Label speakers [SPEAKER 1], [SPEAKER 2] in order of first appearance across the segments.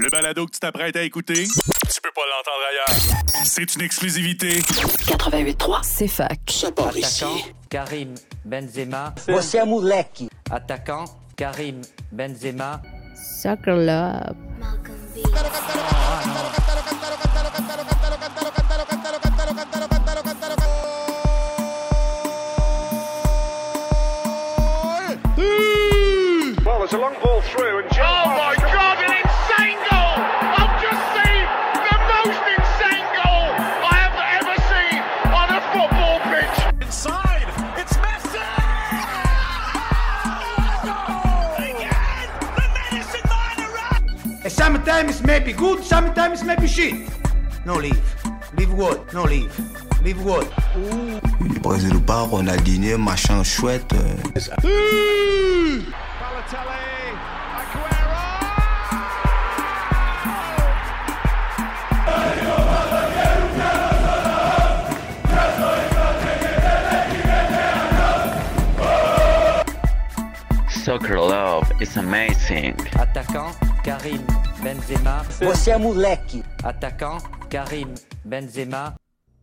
[SPEAKER 1] Le balado que tu t'apprêtes à écouter, tu peux pas l'entendre ailleurs. C'est une exclusivité.
[SPEAKER 2] 88.3,
[SPEAKER 3] c'est fac.
[SPEAKER 2] ça part
[SPEAKER 4] Attaquant,
[SPEAKER 2] ici.
[SPEAKER 4] Karim Benzema.
[SPEAKER 5] Você é moleque.
[SPEAKER 4] Attaquant, Karim Benzema.
[SPEAKER 3] Soccer Love.
[SPEAKER 6] Well, there's a long ball through and oh my God, an insane goal! I've just seen the most insane goal I have ever seen on a football pitch. Inside, it's Messi! Again, the medicine man arrives.
[SPEAKER 5] Sometimes may be good, sometimes may be shit. No leave. Leave what? No leave. Leave what?
[SPEAKER 7] Brésil ou pas, Ronaldinho, machin chouette.
[SPEAKER 6] Balotelli, Aguero!
[SPEAKER 8] Soccer love is amazing.
[SPEAKER 4] Attaquant, Karim Benzema.
[SPEAKER 5] Você é moleque.
[SPEAKER 4] Attaquant, Karim Benzema.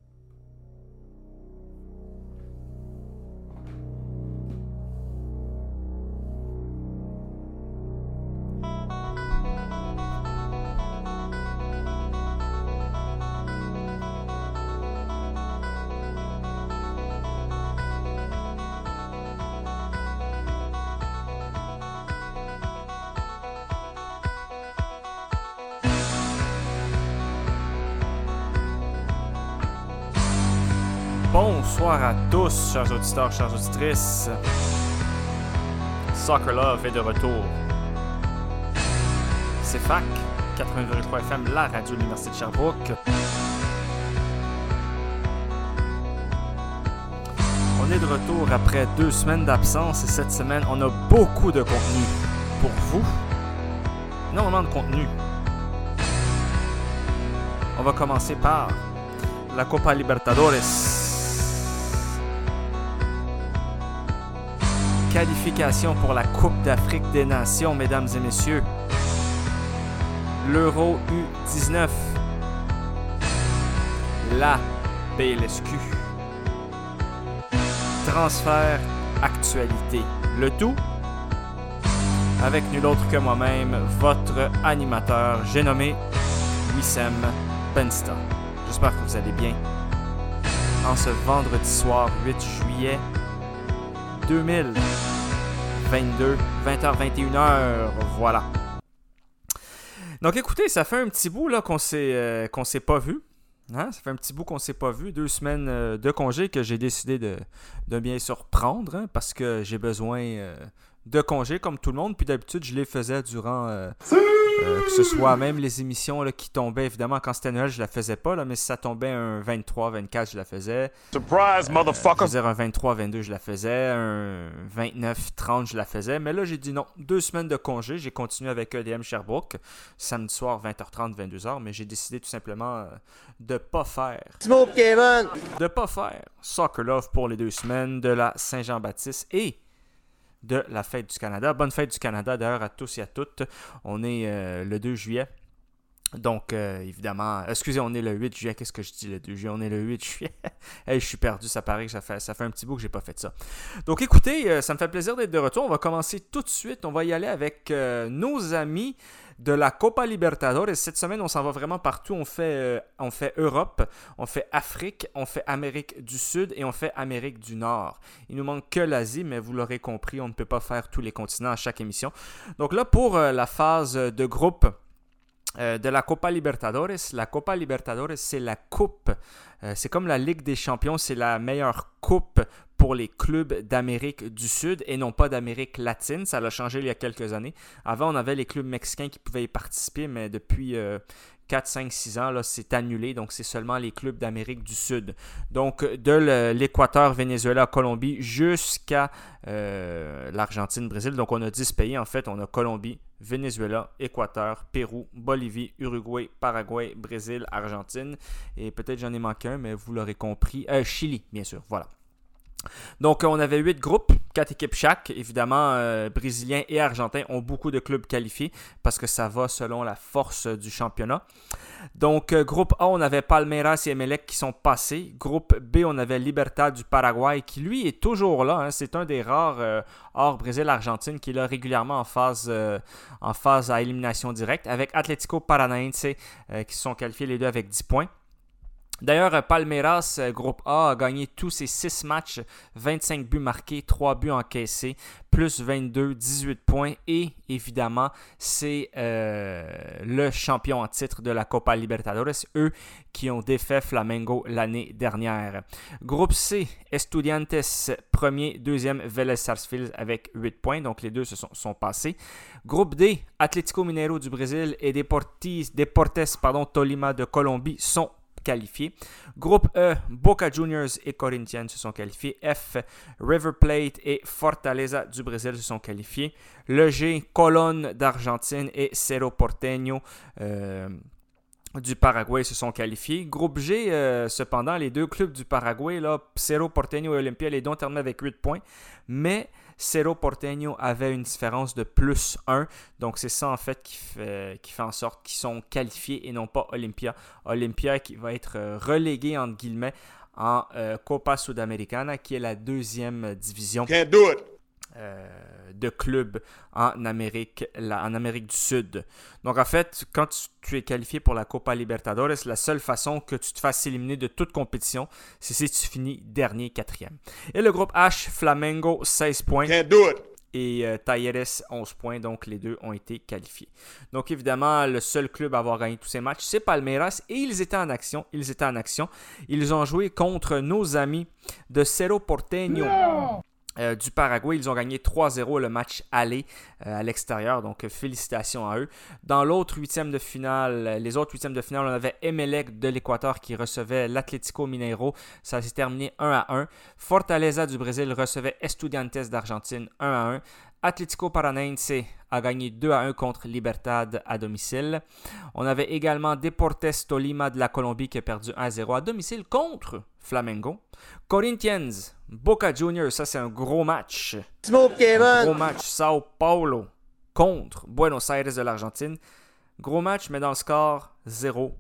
[SPEAKER 9] Bonsoir à tous, chers auditeurs, chères auditrices. Soccer Love est de retour. C'est FAC, 80,3 FM, la radio de l'Université de Sherbrooke. On est de retour après 2 semaines d'absence et cette semaine, on a beaucoup de contenu pour vous. Énormément de contenu. On va commencer par la Copa Libertadores. Qualification pour la Coupe d'Afrique des Nations, mesdames et messieurs. L'Euro U19. La PLSQ. Transfert actualité. Le tout avec nul autre que moi-même, votre animateur, j'ai nommé Wissem Bensta. J'espère que vous allez bien. En ce vendredi soir, 8 juillet 2022, 20h, 21h, voilà. Donc écoutez, ça fait un petit bout là qu'on s'est pas vu. Hein? Ça fait un petit bout qu'on s'est pas vu. 2 semaines de congé que j'ai décidé de bien surprendre, hein, parce que j'ai besoin de congé comme tout le monde. Puis d'habitude, je les faisais durant... que ce soit même les émissions là, qui tombaient, évidemment, quand c'était Noël, je la faisais pas, là, mais si ça tombait un 23, 24, je la faisais.
[SPEAKER 6] Surprise, motherfucker!
[SPEAKER 9] Je veux dire, un 23, 22, je la faisais. Un 29, 30, je la faisais. Mais là, j'ai dit non. 2 semaines de congé. J'ai continué avec EDM Sherbrooke. Samedi soir, 20h30, 22h. Mais j'ai décidé tout simplement de pas faire.
[SPEAKER 5] Smoke Kevin.
[SPEAKER 9] De pas faire Soccer Love pour les 2 semaines de la Saint-Jean-Baptiste et de la Fête du Canada. Bonne Fête du Canada d'ailleurs à tous et à toutes. On est le 2 juillet. Donc, évidemment... Excusez, on est le 8 juillet. Qu'est-ce que je dis le 2 juillet? On est le 8 juillet. Hey, je suis perdu. Ça paraît que ça fait un petit bout que j'ai pas fait ça. Donc, écoutez, ça me fait plaisir d'être de retour. On va commencer tout de suite. On va y aller avec nos amis de la Copa Libertadores. Cette semaine, on s'en va vraiment partout. On fait Europe, on fait Afrique, on fait Amérique du Sud et on fait Amérique du Nord. Il nous manque que l'Asie, mais vous l'aurez compris, on ne peut pas faire tous les continents à chaque émission. Donc là, pour la phase de groupe de la Copa Libertadores, c'est la coupe. C'est comme la Ligue des champions, c'est la meilleure coupe pour les clubs d'Amérique du Sud et non pas d'Amérique latine. Ça l'a changé il y a quelques années. Avant, on avait les clubs mexicains qui pouvaient y participer, mais depuis 4, 5, 6 ans, là, c'est annulé. Donc, c'est seulement les clubs d'Amérique du Sud. Donc, de l'Équateur, Venezuela, Colombie, jusqu'à l'Argentine, Brésil. Donc, on a 10 pays. En fait, on a Colombie, Venezuela, Équateur, Pérou, Bolivie, Uruguay, Paraguay, Brésil, Argentine. Et peut-être j'en ai manqué un, mais vous l'aurez compris. Chili, bien sûr. Voilà. Donc, on avait 8 groupes, 4 équipes chaque. Évidemment, Brésiliens et Argentins ont beaucoup de clubs qualifiés parce que ça va selon la force du championnat. Donc, groupe A, on avait Palmeiras et Emelec qui sont passés. Groupe B, on avait Libertad du Paraguay qui, lui, est toujours là. Hein. C'est un des rares hors Brésil-Argentine qui est là régulièrement en phase à élimination directe avec Atlético Paranaense qui se sont qualifiés les deux avec 10 points. D'ailleurs, Palmeiras, groupe A, a gagné tous ses 6 matchs, 25 buts marqués, 3 buts encaissés, plus 22, 18 points. Et évidemment, c'est le champion en titre de la Copa Libertadores, eux qui ont défait Flamengo l'année dernière. Groupe C, Estudiantes, premier, deuxième, Vélez Sarsfield avec 8 points. Donc les deux sont passés. Groupe D, Atlético Mineiro du Brésil et Deportes Tolima de Colombie sont qualifiés. Groupe E, Boca Juniors et Corinthians se sont qualifiés. F, River Plate et Fortaleza du Brésil se sont qualifiés. Le G, Colón d'Argentine et Cerro Porteño du Paraguay se sont qualifiés. Groupe G, cependant, les deux clubs du Paraguay, là, Cerro Porteño et Olimpia, les deux ont terminé avec 8 points, mais Cerro Porteño avait une différence de plus 1. Donc, c'est ça, en fait, qui fait en sorte qu'ils sont qualifiés et non pas Olimpia. Olimpia qui va être relégué, entre guillemets, en Copa Sudamericana, qui est la deuxième division de clubs en Amérique du Sud. Donc, en fait, quand tu es qualifié pour la Copa Libertadores, la seule façon que tu te fasses éliminer de toute compétition, c'est si tu finis dernier, 4e. Et le groupe H, Flamengo, 16 points. Et Talleres, 11 points. Donc, les deux ont été qualifiés. Donc, évidemment, le seul club à avoir gagné tous ces matchs, c'est Palmeiras. Et ils étaient en action. Ils ont joué contre nos amis de Cerro Porteño. Du Paraguay. Ils ont gagné 3-0 le match aller à l'extérieur. Donc, félicitations à eux. Dans l'autre huitième de finale, les autres huitièmes de finale, on avait Emelec de l'Équateur qui recevait l'Atlético Mineiro. Ça s'est terminé 1-1. Fortaleza du Brésil recevait Estudiantes d'Argentine 1-1. Atlético Paranaense a gagné 2-1 contre Libertad à domicile. On avait également Deportes Tolima de la Colombie qui a perdu 1-0 à domicile contre Flamengo. Corinthians, Boca Juniors, ça c'est un gros match. Gros match, Sao Paulo contre Buenos Aires de l'Argentine. Gros match, mais dans le score 0-0.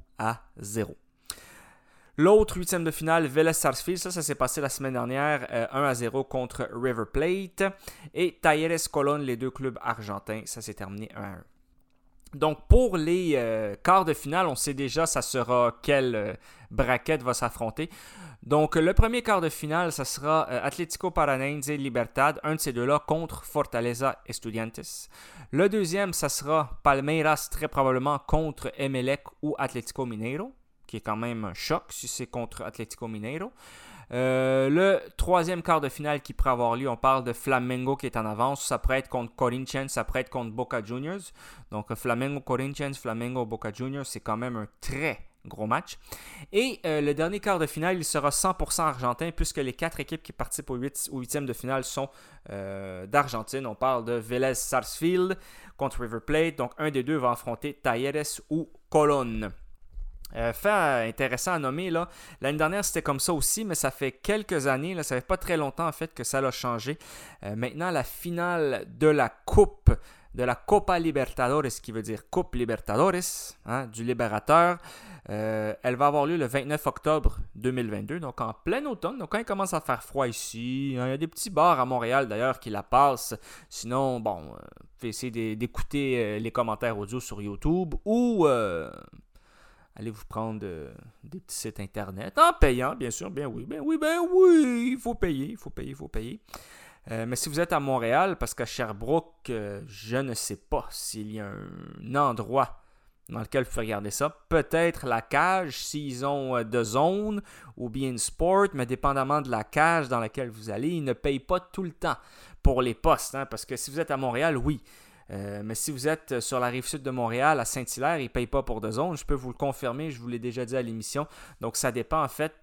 [SPEAKER 9] L'autre huitième de finale, Vélez Sarsfield, ça s'est passé la semaine dernière, 1-0 contre River Plate. Et Talleres Colón, les deux clubs argentins, ça s'est terminé 1-1. Donc pour les quarts de finale, on sait déjà ça sera quelle braquette va s'affronter. Donc le premier quart de finale, ça sera Atlético Paranaense et Libertad, un de ces deux-là contre Fortaleza Estudiantes. Le deuxième, ça sera Palmeiras très probablement contre Emelec ou Atlético Mineiro, qui est quand même un choc si c'est contre Atlético Mineiro. Le troisième quart de finale qui pourrait avoir lieu, on parle de Flamengo qui est en avance. Ça pourrait être contre Corinthians, ça pourrait être contre Boca Juniors. Donc Flamengo, Corinthians, Flamengo, Boca Juniors, c'est quand même un très gros match. Et le dernier quart de finale, il sera 100% argentin puisque les 4 équipes qui participent au huitième de finale sont d'Argentine. On parle de Vélez Sarsfield contre River Plate. Donc un des deux va affronter Talleres ou Colón. Fait intéressant à nommer, là. L'année dernière, c'était comme ça aussi, mais ça fait quelques années, là, ça fait pas très longtemps en fait que ça a changé. Maintenant, la finale de la Coupe, de la Copa Libertadores, qui veut dire Coupe Libertadores, hein, du Libérateur, elle va avoir lieu le 29 octobre 2022, donc en plein automne. Donc quand il commence à faire froid ici, hein, il y a des petits bars à Montréal d'ailleurs qui la passent. Sinon, bon, vous pouvez essayer d'écouter les commentaires audio sur YouTube ou... allez vous prendre des petits sites internet en payant, bien sûr. Ben oui, il faut payer. Mais si vous êtes à Montréal, parce qu'à Sherbrooke, je ne sais pas s'il y a un endroit dans lequel vous pouvez regarder ça. Peut-être la cage, s'ils ont de zone, ou bien sport, mais dépendamment de la cage dans laquelle vous allez, ils ne payent pas tout le temps pour les postes. Hein, parce que si vous êtes à Montréal, oui. Mais si vous êtes sur la rive sud de Montréal, à Saint-Hilaire, ils ne payent pas pour de zone. Je peux vous le confirmer, je vous l'ai déjà dit à l'émission. Donc, ça dépend en fait.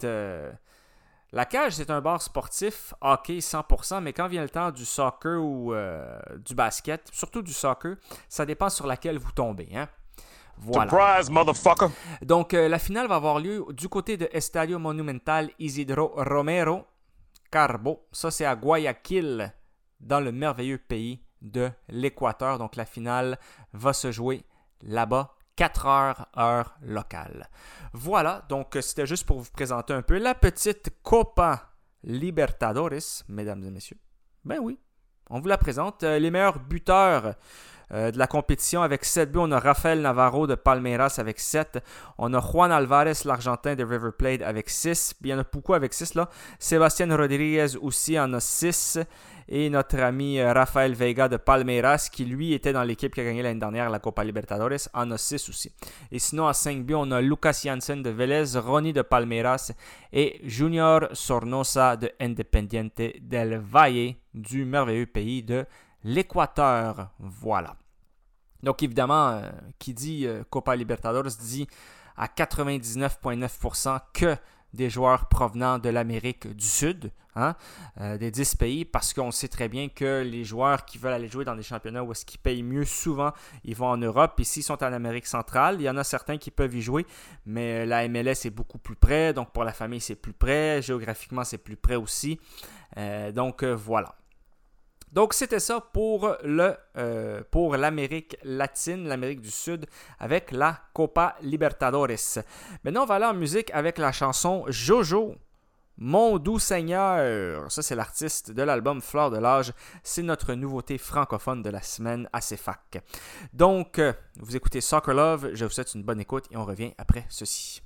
[SPEAKER 9] La cage, c'est un bar sportif, hockey 100%, mais quand vient le temps du soccer ou du basket, surtout du soccer, ça dépend sur laquelle vous tombez. Hein? Voilà.
[SPEAKER 1] Surprise, motherfucker!
[SPEAKER 9] Donc, la finale va avoir lieu du côté de Estadio Monumental Isidro Romero Carbo. Ça, c'est à Guayaquil, dans le merveilleux pays de l'Équateur. Donc la finale va se jouer là-bas, 4 heures, heure locale. Voilà, donc c'était juste pour vous présenter un peu la petite Copa Libertadores, mesdames et messieurs. Ben oui, on vous la présente. Les meilleurs buteurs de la compétition avec 7 buts, on a Rafael Navarro de Palmeiras avec 7. On a Juan Alvarez, l'Argentin de River Plate avec 6. Il y en a beaucoup avec 6 là. Sébastien Rodriguez aussi en a 6. Et notre ami Rafael Veiga de Palmeiras, qui lui était dans l'équipe qui a gagné l'année dernière la Copa Libertadores, en a 6 aussi. Et sinon, à 5 buts, on a Lucas Janssen de Vélez, Ronnie de Palmeiras et Junior Sornosa de Independiente del Valle, du merveilleux pays de l'Équateur. Voilà. Donc évidemment, qui dit Copa Libertadores dit à 99,9% que des joueurs provenant de l'Amérique du Sud, des 10 pays, parce qu'on sait très bien que les joueurs qui veulent aller jouer dans des championnats où est-ce qu'ils payent mieux, souvent, ils vont en Europe. Et s'ils sont en Amérique centrale, il y en a certains qui peuvent y jouer, mais la MLS est beaucoup plus près, donc pour la famille, c'est plus près. Géographiquement, c'est plus près aussi. Donc, voilà. Donc, c'était ça pour l'Amérique latine, l'Amérique du Sud, avec la Copa Libertadores. Maintenant, on va aller en musique avec la chanson Jojo, Mon doux Seigneur. Ça, c'est l'artiste de l'album Fleur de l'âge. C'est notre nouveauté francophone de la semaine à CFAC. Donc, vous écoutez Soccer Love. Je vous souhaite une bonne écoute et on revient après ceci.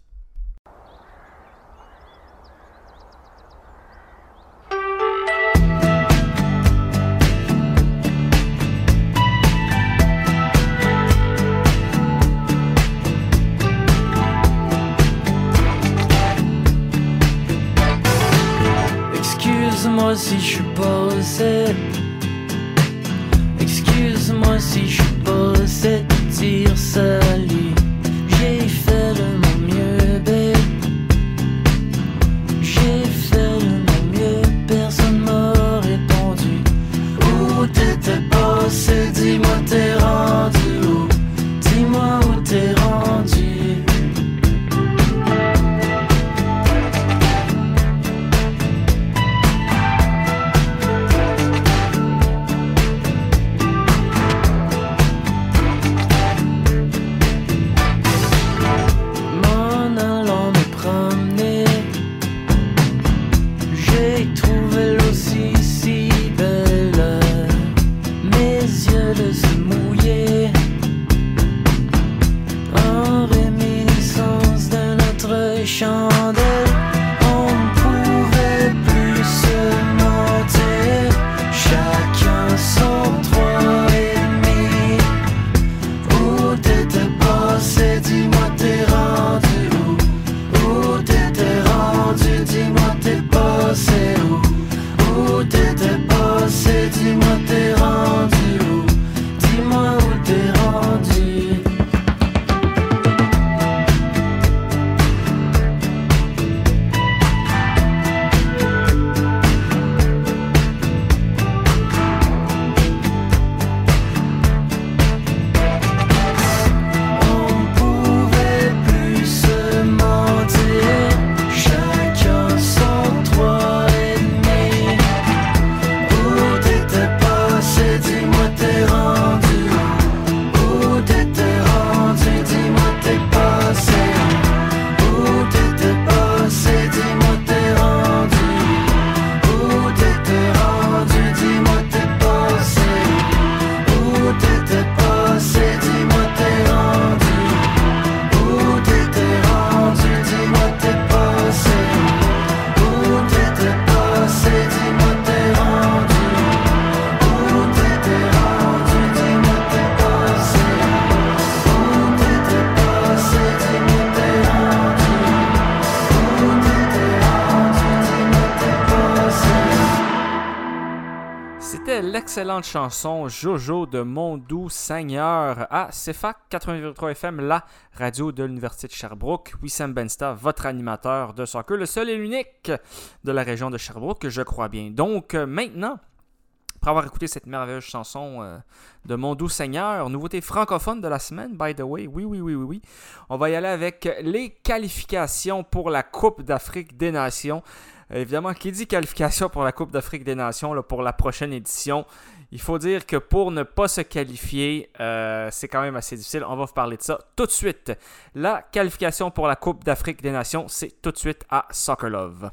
[SPEAKER 2] Excuse-moi si je suis pas recette. Excuse-moi si je suis pas recette de tir sali. J'ai fait de mon mieux, babe. J'ai fait de mon mieux, personne m'a répondu. Où t'étais passé, dis-moi t'es rendu où? Dis-moi où t'es rendu.
[SPEAKER 9] Excellente chanson Jojo de Mon doux Seigneur à CFAC 88.3 FM, la radio de l'Université de Sherbrooke. Wissam Bensta, votre animateur de soccer, le seul et l'unique de la région de Sherbrooke, je crois bien. Donc maintenant, après avoir écouté cette merveilleuse chanson de Mon Doux Seigneur, nouveauté francophone de la semaine, by the way, oui, on va y aller avec les qualifications pour la Coupe d'Afrique des Nations. Évidemment, qui dit qualification pour la Coupe d'Afrique des Nations là, pour la prochaine édition, il faut dire que pour ne pas se qualifier, c'est quand même assez difficile. On va vous parler de ça tout de suite. La qualification pour la Coupe d'Afrique des Nations, c'est tout de suite à Soccer Love.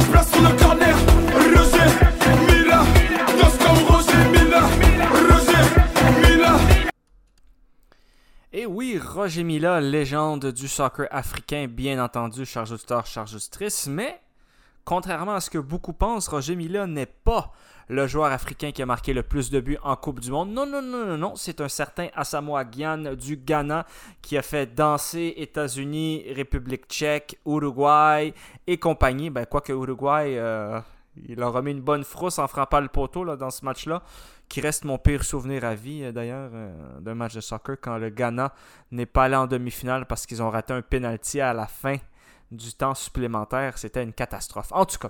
[SPEAKER 9] Et oui, Roger Mila, légende du soccer africain, bien entendu, chers auditeurs, chères auditrices, mais contrairement à ce que beaucoup pensent, Roger Mila n'est pas le joueur africain qui a marqué le plus de buts en Coupe du Monde. Non, c'est un certain Asamoah Gyan du Ghana qui a fait danser États-Unis, République tchèque, Uruguay et compagnie. Quoique Uruguay, il a remis une bonne frousse en frappant le poteau là, dans ce match-là, qui reste mon pire souvenir à vie d'ailleurs d'un match de soccer quand le Ghana n'est pas allé en demi-finale parce qu'ils ont raté un penalty à la fin du temps supplémentaire. C'était une catastrophe. En tout cas,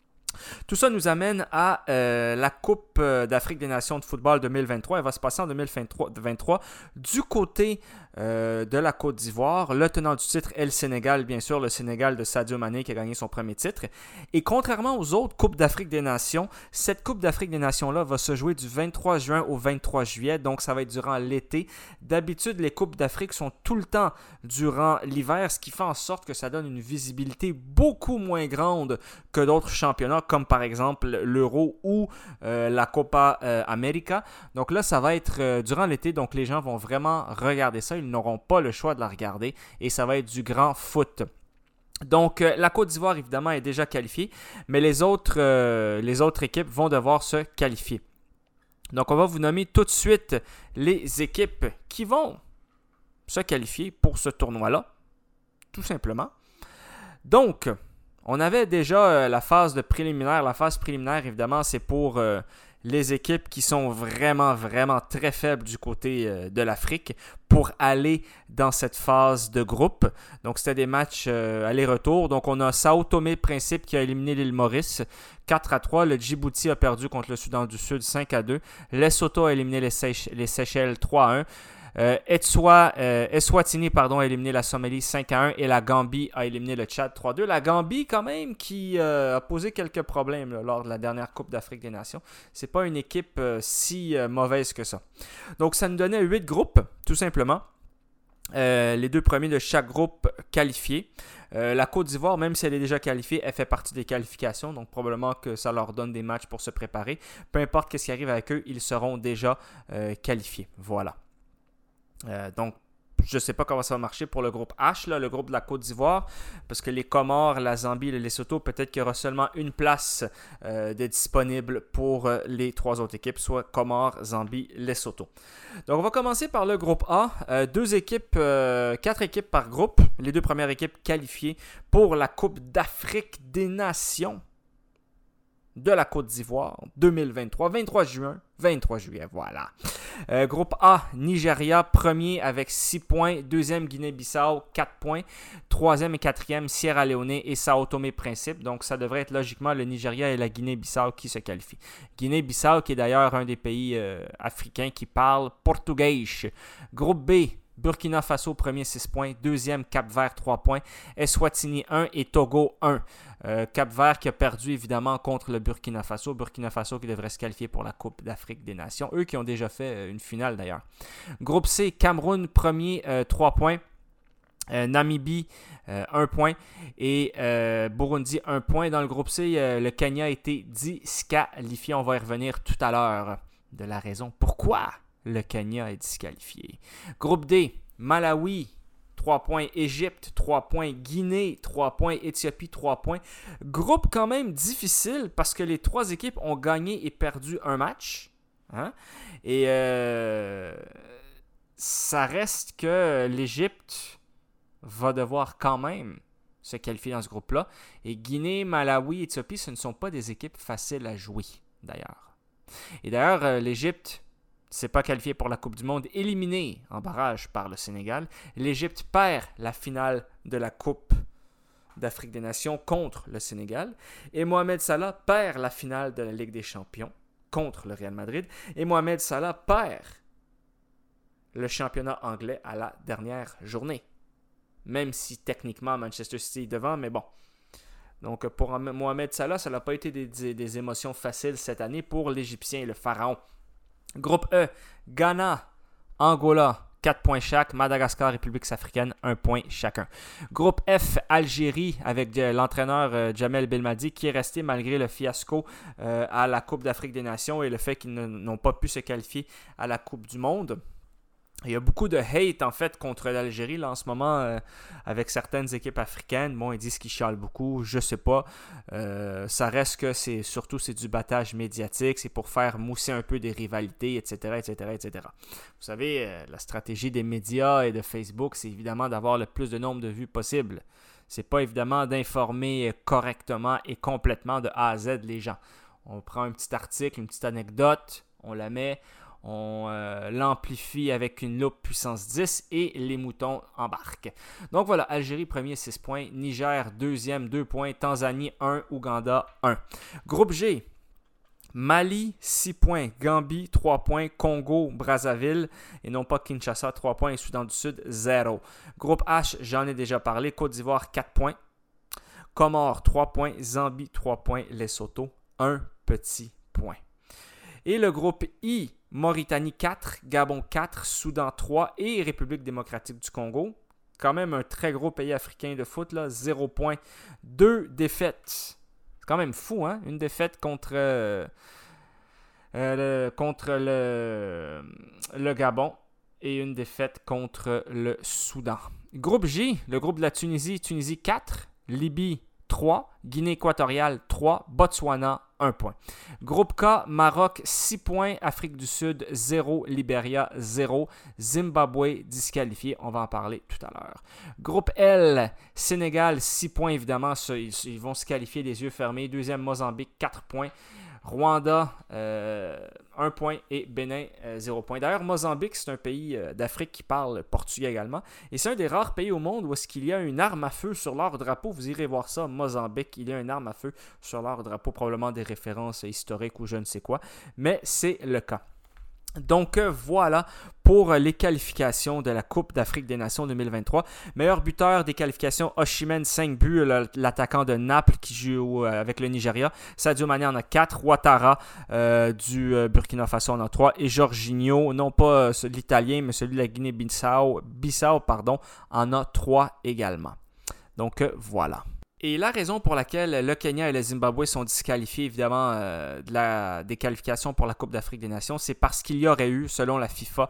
[SPEAKER 9] tout ça nous amène à la Coupe d'Afrique des Nations de football 2023. Elle va se passer en 2023 du côté de la Côte d'Ivoire. Le tenant du titre est le Sénégal, bien sûr, le Sénégal de Sadio Mané qui a gagné son premier titre. Et contrairement aux autres Coupes d'Afrique des Nations, cette Coupe d'Afrique des Nations-là va se jouer du 23 juin au 23 juillet, donc ça va être durant l'été. D'habitude, les Coupes d'Afrique sont tout le temps durant l'hiver, ce qui fait en sorte que ça donne une visibilité beaucoup moins grande que d'autres championnats, comme par exemple l'Euro ou la Copa América. Donc là, ça va être durant l'été, donc les gens vont vraiment regarder ça. Ils n'auront pas le choix de la regarder et ça va être du grand foot. Donc, la Côte d'Ivoire, évidemment, est déjà qualifiée, mais les autres équipes vont devoir se qualifier. Donc, on va vous nommer tout de suite les équipes qui vont se qualifier pour ce tournoi-là, tout simplement. Donc, on avait déjà la phase préliminaire. La phase préliminaire, évidemment, c'est pour les équipes qui sont vraiment, vraiment très faibles du côté de l'Afrique pour aller dans cette phase de groupe. Donc, c'était des matchs aller-retour. Donc, on a Sao Tomé Principe qui a éliminé l'île Maurice 4-3. Le Djibouti a perdu contre le Soudan du Sud 5-2. Lesotho a éliminé les Seychelles 3-1. Eswatini a éliminé la Somalie 5-1 et la Gambie a éliminé le Tchad 3-2. La Gambie, quand même, qui a posé quelques problèmes là, lors de la dernière Coupe d'Afrique des Nations. C'est pas une équipe si mauvaise que ça. Donc, ça nous donnait 8 groupes, tout simplement. Les 2 premiers de chaque groupe qualifiés. La Côte d'Ivoire, même si elle est déjà qualifiée, elle fait partie des qualifications. Donc, probablement que ça leur donne des matchs pour se préparer. Peu importe ce qui arrive avec eux, ils seront déjà qualifiés. Voilà. Donc, je ne sais pas comment ça va marcher pour le groupe H, là, le groupe de la Côte d'Ivoire, parce que les Comores, la Zambie et le Lesotho, peut-être qu'il y aura seulement une place de disponible pour les 3 autres équipes, soit Comores, Zambie, Lesotho. Donc, on va commencer par le groupe A. 4 équipes par groupe. Les 2 premières équipes qualifiées pour la Coupe d'Afrique des Nations de la Côte d'Ivoire 2023, 23 juin, 23 juillet, voilà. Groupe A, Nigeria, premier avec 6 points, deuxième Guinée-Bissau, 4 points, troisième et quatrième Sierra Leone et Sao Tomé Principe, donc ça devrait être logiquement le Nigeria et la Guinée-Bissau qui se qualifient. Guinée-Bissau qui est d'ailleurs un des pays africains qui parle portugais. Groupe B, Burkina Faso, premier 6 points. Deuxième, Cap-Vert, 3 points. Eswatini, 1 et Togo, 1. Cap-Vert qui a perdu évidemment contre le Burkina Faso. Burkina Faso qui devrait se qualifier pour la Coupe d'Afrique des Nations. Eux qui ont déjà fait une finale d'ailleurs. Groupe C, Cameroun, premier, 3 points. Namibie, 1 point. Et Burundi, 1 point. Dans le groupe C, le Kenya a été disqualifié. On va y revenir tout à l'heure de la raison pourquoi le Kenya est disqualifié. Groupe D, Malawi, 3 points. Égypte, 3 points. Guinée, 3 points. Éthiopie, 3 points. Groupe quand même difficile parce que les 3 équipes ont gagné et perdu un match. Hein? Et ça reste que l'Égypte va devoir quand même se qualifier dans ce groupe-là. Et Guinée, Malawi, Éthiopie, ce ne sont pas des équipes faciles à jouer, d'ailleurs. Et d'ailleurs, l'Égypte s'est pas qualifié pour la Coupe du Monde, éliminé en barrage par le Sénégal. L'Égypte perd la finale de la Coupe d'Afrique des Nations contre le Sénégal. Et Mohamed Salah perd la finale de la Ligue des Champions contre le Real Madrid. Et Mohamed Salah perd le championnat anglais à la dernière journée. Même si techniquement Manchester City est devant, mais bon. Donc pour Mohamed Salah, ça n'a pas été des émotions faciles cette année pour l'Égyptien, le Pharaon. Groupe E, Ghana, Angola, 4 points chaque. Madagascar, République africaine, 1 point chacun. Groupe F, Algérie, avec l'entraîneur Jamel Belmadi, qui est resté malgré le fiasco à la Coupe d'Afrique des Nations et le fait qu'ils n'ont pas pu se qualifier à la Coupe du Monde. Il y a beaucoup de hate, en fait, contre l'Algérie, là, en ce moment, avec certaines équipes africaines. Bon, ils disent qu'ils chialent beaucoup, je sais pas. Ça reste que c'est du battage médiatique, c'est pour faire mousser un peu des rivalités, etc., etc., etc. Vous savez, la stratégie des médias et de Facebook, c'est évidemment d'avoir le plus de nombre de vues possible. C'est pas évidemment d'informer correctement et complètement de A à Z les gens. On prend un petit article, une petite anecdote, on la met... On l'amplifie avec une loupe puissance 10 et les moutons embarquent. Donc voilà, Algérie premier 6 points, Niger deuxième 2 points, Tanzanie 1, Ouganda 1. Groupe G, Mali 6 points, Gambie 3 points, Congo, Brazzaville et non pas Kinshasa 3 points et Soudan du Sud 0. Groupe H, j'en ai déjà parlé, Côte d'Ivoire 4 points, Comores 3 points, Zambie 3 points, Lesotho 1 petit point. Et le groupe I, Mauritanie 4, Gabon 4, Soudan 3 et République démocratique du Congo. Quand même un très gros pays africain de foot, là, 0 points, 2 défaites. C'est quand même fou, hein? Une défaite contre le Gabon et une défaite contre le Soudan. Groupe J, le groupe de la Tunisie, Tunisie 4, Libye 3, Guinée équatoriale 3, Botswana 1 point. Groupe K, Maroc 6 points, Afrique du Sud 0, Libéria 0, Zimbabwe disqualifié, on va en parler tout à l'heure. Groupe L, Sénégal 6 points évidemment, ils vont se qualifier les yeux fermés. Deuxième, Mozambique 4 points. Rwanda, 1 point et Bénin, 0 point. D'ailleurs, Mozambique, c'est un pays d'Afrique qui parle portugais également. Et c'est un des rares pays au monde où est-ce qu'il y a une arme à feu sur leur drapeau. Vous irez voir ça, Mozambique, il y a une arme à feu sur leur drapeau, probablement des références historiques ou je ne sais quoi. Mais c'est le cas. Donc voilà pour les qualifications de la Coupe d'Afrique des Nations 2023. Meilleur buteur des qualifications, Osimhen, 5 buts, l'attaquant de Naples qui joue avec le Nigeria. Sadio Mané en a 4, Ouattara du Burkina Faso en a 3 et Jorginho, non pas l'Italien mais celui de la Guinée-Bissau en a 3 également. Donc voilà. Et la raison pour laquelle le Kenya et le Zimbabwe sont disqualifiés, évidemment, des qualifications pour la Coupe d'Afrique des Nations, c'est parce qu'il y aurait eu, selon la FIFA,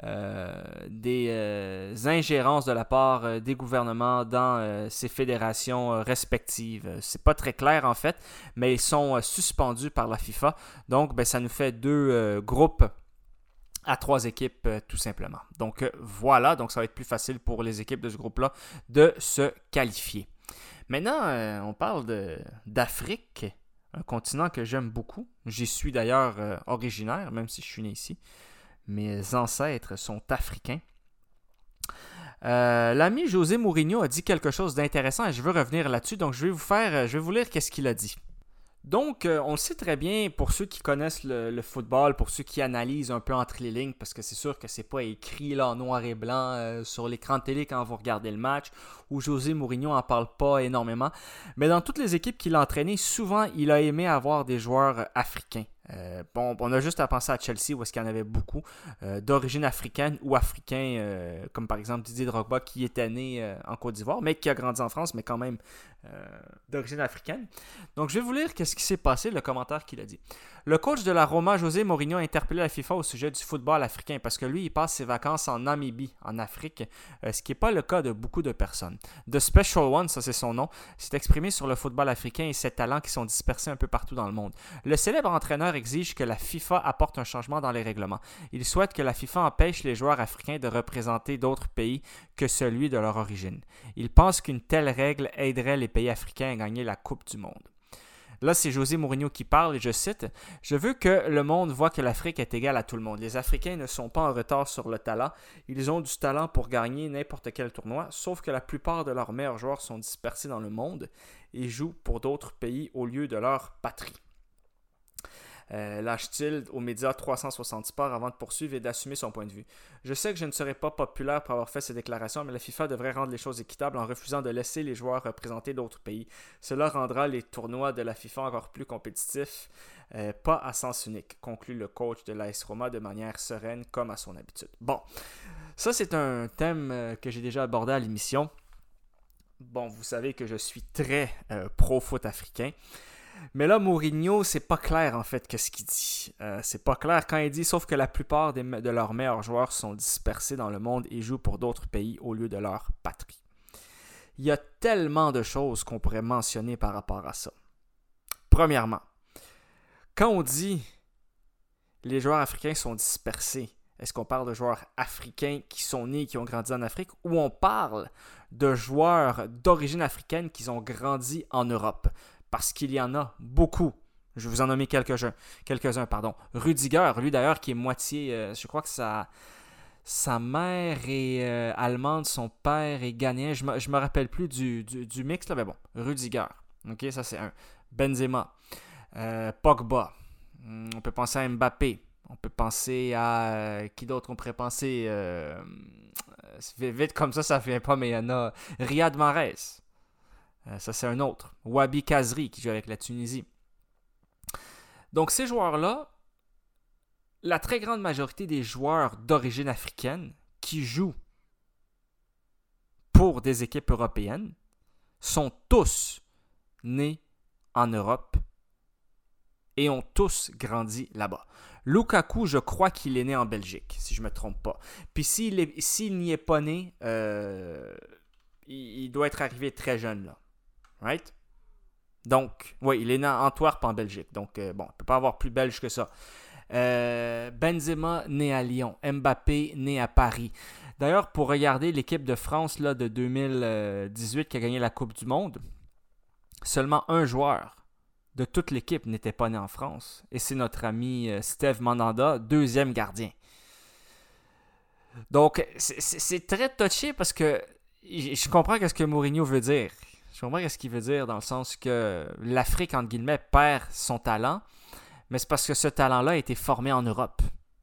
[SPEAKER 9] des ingérences de la part des gouvernements dans ces fédérations respectives. C'est pas très clair, en fait, mais ils sont suspendus par la FIFA. Donc, ça nous fait 2 groupes à 3 équipes, tout simplement. Donc, voilà. Donc, ça va être plus facile pour les équipes de ce groupe-là de se qualifier. Maintenant, on parle d'Afrique, un continent que j'aime beaucoup. J'y suis d'ailleurs originaire, même si je suis né ici. Mes ancêtres sont africains. L'ami José Mourinho a dit quelque chose d'intéressant et je veux revenir là-dessus. Donc, je vais vous lire qu'est-ce qu'il a dit. Donc, on le sait très bien, pour ceux qui connaissent le football, pour ceux qui analysent un peu entre les lignes, parce que c'est sûr que c'est pas écrit là, en noir et blanc sur l'écran de télé quand vous regardez le match, où José Mourinho n'en parle pas énormément. Mais dans toutes les équipes qu'il a entraînées, souvent, il a aimé avoir des joueurs africains. On a juste à penser à Chelsea où est-ce qu'il y en avait beaucoup d'origine africaine ou africain, comme par exemple Didier Drogba qui était né en Côte d'Ivoire, mais qui a grandi en France, mais quand même d'origine africaine. Donc je vais vous lire qu'est-ce qui s'est passé, le commentaire qu'il a dit. Le coach de la Roma, José Mourinho, a interpellé la FIFA au sujet du football africain parce que lui, il passe ses vacances en Namibie, en Afrique, ce qui n'est pas le cas de beaucoup de personnes. The Special One, ça c'est son nom, s'est exprimé sur le football africain et ses talents qui sont dispersés un peu partout dans le monde. Le célèbre entraîneur exige que la FIFA apporte un changement dans les règlements. Il souhaite que la FIFA empêche les joueurs africains de représenter d'autres pays que celui de leur origine. Il pense qu'une telle règle aiderait les pays africains à gagner la Coupe du Monde. Là, c'est José Mourinho qui parle et je cite « Je veux que le monde voit que l'Afrique est égale à tout le monde. Les Africains ne sont pas en retard sur le talent. Ils ont du talent pour gagner n'importe quel tournoi, sauf que la plupart de leurs meilleurs joueurs sont dispersés dans le monde et jouent pour d'autres pays au lieu de leur patrie. » lâche-t-il aux médias 360 Sports avant de poursuivre et d'assumer son point de vue. Je sais que je ne serai pas populaire pour avoir fait ces déclarations, mais la FIFA devrait rendre les choses équitables en refusant de laisser les joueurs représenter d'autres pays. Cela rendra les tournois de la FIFA encore plus compétitifs, pas à sens unique, conclut le coach de l'AS Roma de manière sereine comme à son habitude. Bon, ça c'est un thème que j'ai déjà abordé à l'émission. Bon, vous savez que je suis très pro-foot africain. Mais là, Mourinho, c'est pas clair en fait que ce qu'il dit. C'est pas clair quand il dit, sauf que la plupart de leurs meilleurs joueurs sont dispersés dans le monde et jouent pour d'autres pays au lieu de leur patrie. Il y a tellement de choses qu'on pourrait mentionner par rapport à ça. Premièrement, quand on dit les joueurs africains sont dispersés, est-ce qu'on parle de joueurs africains qui sont nés et qui ont grandi en Afrique ou on parle de joueurs d'origine africaine qui ont grandi en Europe? Parce qu'il y en a beaucoup. Je vais vous en nommer quelques-uns. Rudiger, lui d'ailleurs, qui est moitié... je crois que sa mère est allemande, son père est ghanéen. Je me rappelle plus du mix, là, mais bon. Rudiger. OK, ça c'est un. Benzema. Pogba. On peut penser à Mbappé. On peut penser à... qui d'autre on pourrait penser? Vite comme ça vient pas, mais il y en a. Riyad Mahrez. Ça, c'est un autre. Wabi Kazri, qui joue avec la Tunisie. Donc, ces joueurs-là, la très grande majorité des joueurs d'origine africaine qui jouent pour des équipes européennes sont tous nés en Europe et ont tous grandi là-bas. Lukaku, je crois qu'il est né en Belgique, si je ne me trompe pas. Puis, s'il n'y est pas né, il doit être arrivé très jeune, là. Right? Donc, oui, il est né à Antwerp en Belgique. Donc, bon, on ne peut pas avoir plus belge que ça. Benzema, né à Lyon. Mbappé, né à Paris. D'ailleurs, pour regarder l'équipe de France là, de 2018 qui a gagné la Coupe du Monde, seulement un joueur de toute l'équipe n'était pas né en France. Et c'est notre ami Steve Mandanda, deuxième gardien. Donc, c'est très touché parce que je comprends ce que Mourinho veut dire. Je comprends ce qu'il veut dire dans le sens que l'Afrique, entre guillemets, perd son talent, mais c'est parce que ce talent-là a été formé en Europe.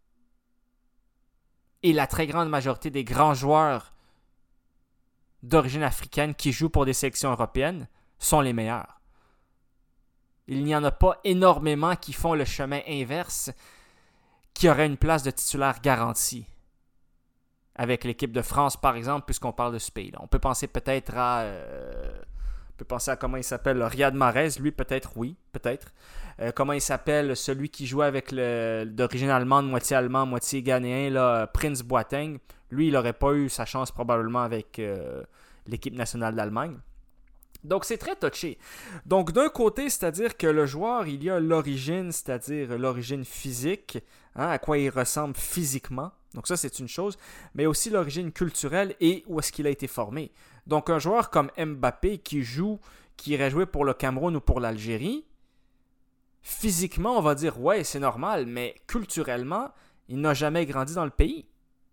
[SPEAKER 9] Et la très grande majorité des grands joueurs d'origine africaine qui jouent pour des sélections européennes sont les meilleurs. Il n'y en a pas énormément qui font le chemin inverse, qui auraient une place de titulaire garantie. Avec l'équipe de France, par exemple, puisqu'on parle de ce pays-là. On peut penser peut-être à... comment il s'appelle, Riyad Mahrez, lui peut-être, oui, peut-être. Comment il s'appelle, celui qui jouait avec d'origine allemande, moitié ghanéen, là, Prince Boateng. Lui, il n'aurait pas eu sa chance probablement avec l'équipe nationale d'Allemagne. Donc, c'est très touché. Donc, d'un côté, c'est-à-dire que le joueur, il y a l'origine, c'est-à-dire l'origine physique, hein, à quoi il ressemble physiquement. Donc, ça, c'est une chose. Mais aussi l'origine culturelle et où est-ce qu'il a été formé. Donc, un joueur comme Mbappé qui irait jouer pour le Cameroun ou pour l'Algérie, physiquement, on va dire, ouais, c'est normal, mais culturellement, il n'a jamais grandi dans le pays.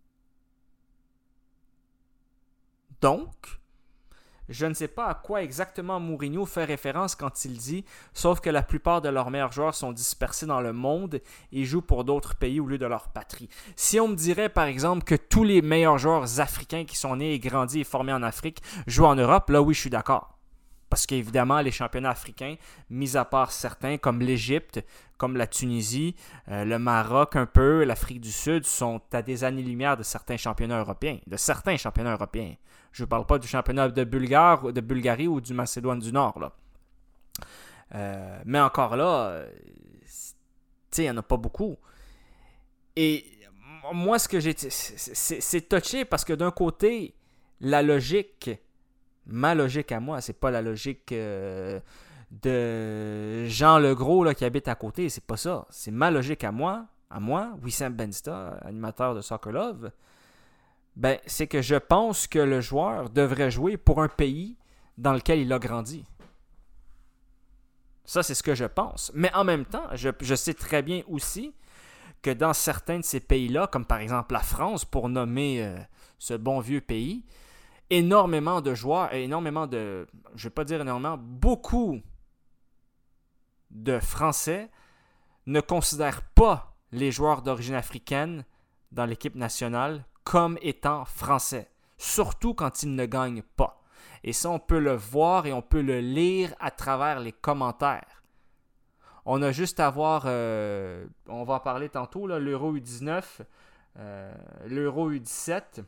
[SPEAKER 9] Donc, je ne sais pas à quoi exactement Mourinho fait référence quand il dit « Sauf que la plupart de leurs meilleurs joueurs sont dispersés dans le monde et jouent pour d'autres pays au lieu de leur patrie. » Si on me dirait par exemple que tous les meilleurs joueurs africains qui sont nés et grandis et formés en Afrique jouent en Europe, là oui, je suis d'accord. Parce qu'évidemment, les championnats africains, mis à part certains comme l'Égypte, comme la Tunisie, le Maroc un peu, l'Afrique du Sud, sont à des années-lumière de certains championnats européens. Je ne parle pas du championnat de Bulgarie ou du Macédoine du Nord. Là. Mais encore là, il n'y en a pas beaucoup. Et moi, ce que j'ai... C'est touché parce que d'un côté, ma logique à moi, c'est pas la logique de Jean Legros là, qui habite à côté, c'est pas ça. C'est ma logique à moi, Wissam Benzita, animateur de Soccer Love. Ben, c'est que je pense que le joueur devrait jouer pour un pays dans lequel il a grandi. Ça, c'est ce que je pense. Mais en même temps, je sais très bien aussi que dans certains de ces pays-là, comme par exemple la France, pour nommer ce bon vieux pays, énormément de joueurs, je ne vais pas dire énormément, beaucoup de Français ne considère pas les joueurs d'origine africaine dans l'équipe nationale comme étant français, surtout quand ils ne gagnent pas. Et ça, on peut le voir et on peut le lire à travers les commentaires. On a juste à voir, on va en parler tantôt, là, l'Euro U19, l'Euro U17.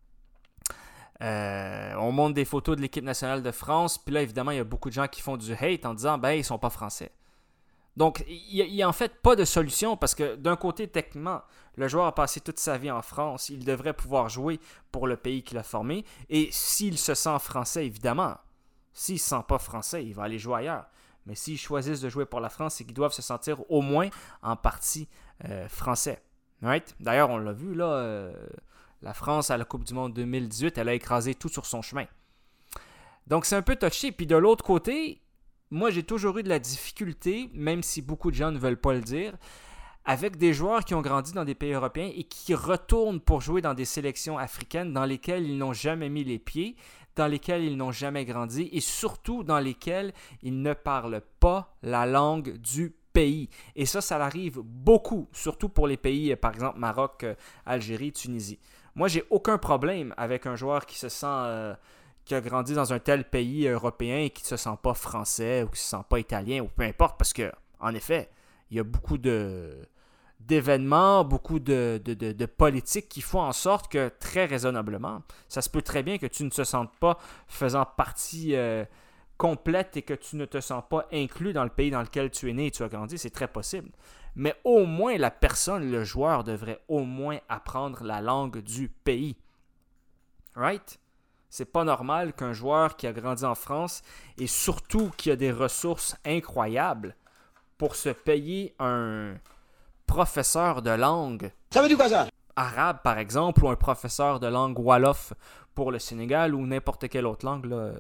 [SPEAKER 9] On montre des photos de l'équipe nationale de France, puis là, évidemment, il y a beaucoup de gens qui font du hate en disant « ben, ils sont pas français ». Donc, il n'y a en fait pas de solution parce que d'un côté, techniquement, le joueur a passé toute sa vie en France. Il devrait pouvoir jouer pour le pays qu'il a formé. Et s'il se sent français, évidemment, s'il ne se sent pas français, il va aller jouer ailleurs. Mais s'ils choisissent de jouer pour la France, c'est qu'ils doivent se sentir au moins en partie français. Right? D'ailleurs, on l'a vu, là, la France à la Coupe du Monde 2018, elle a écrasé tout sur son chemin. Donc, c'est un peu touché. Puis de l'autre côté, moi, j'ai toujours eu de la difficulté, même si beaucoup de gens ne veulent pas le dire, avec des joueurs qui ont grandi dans des pays européens et qui retournent pour jouer dans des sélections africaines dans lesquelles ils n'ont jamais mis les pieds, dans lesquelles ils n'ont jamais grandi et surtout dans lesquelles ils ne parlent pas la langue du pays. Et ça arrive beaucoup, surtout pour les pays, par exemple, Maroc, Algérie, Tunisie. Moi, j'ai aucun problème avec un joueur qui se sent... qui a grandi dans un tel pays européen et qui ne se sent pas français ou qui ne se sent pas italien ou peu importe, parce que, en effet, il y a beaucoup d'événements, beaucoup de politiques qui font en sorte que, très raisonnablement, ça se peut très bien que tu ne te sentes pas faisant partie complète et que tu ne te sens pas inclus dans le pays dans lequel tu es né et tu as grandi, c'est très possible. Mais au moins, la personne, le joueur, devrait au moins apprendre la langue du pays. Right? C'est pas normal qu'un joueur qui a grandi en France et surtout qui a des ressources incroyables pour se payer un professeur de langue
[SPEAKER 5] Ça veut dire quoi ça?
[SPEAKER 9] arabe, par exemple, ou un professeur de langue wolof pour le Sénégal ou n'importe quelle autre langue là,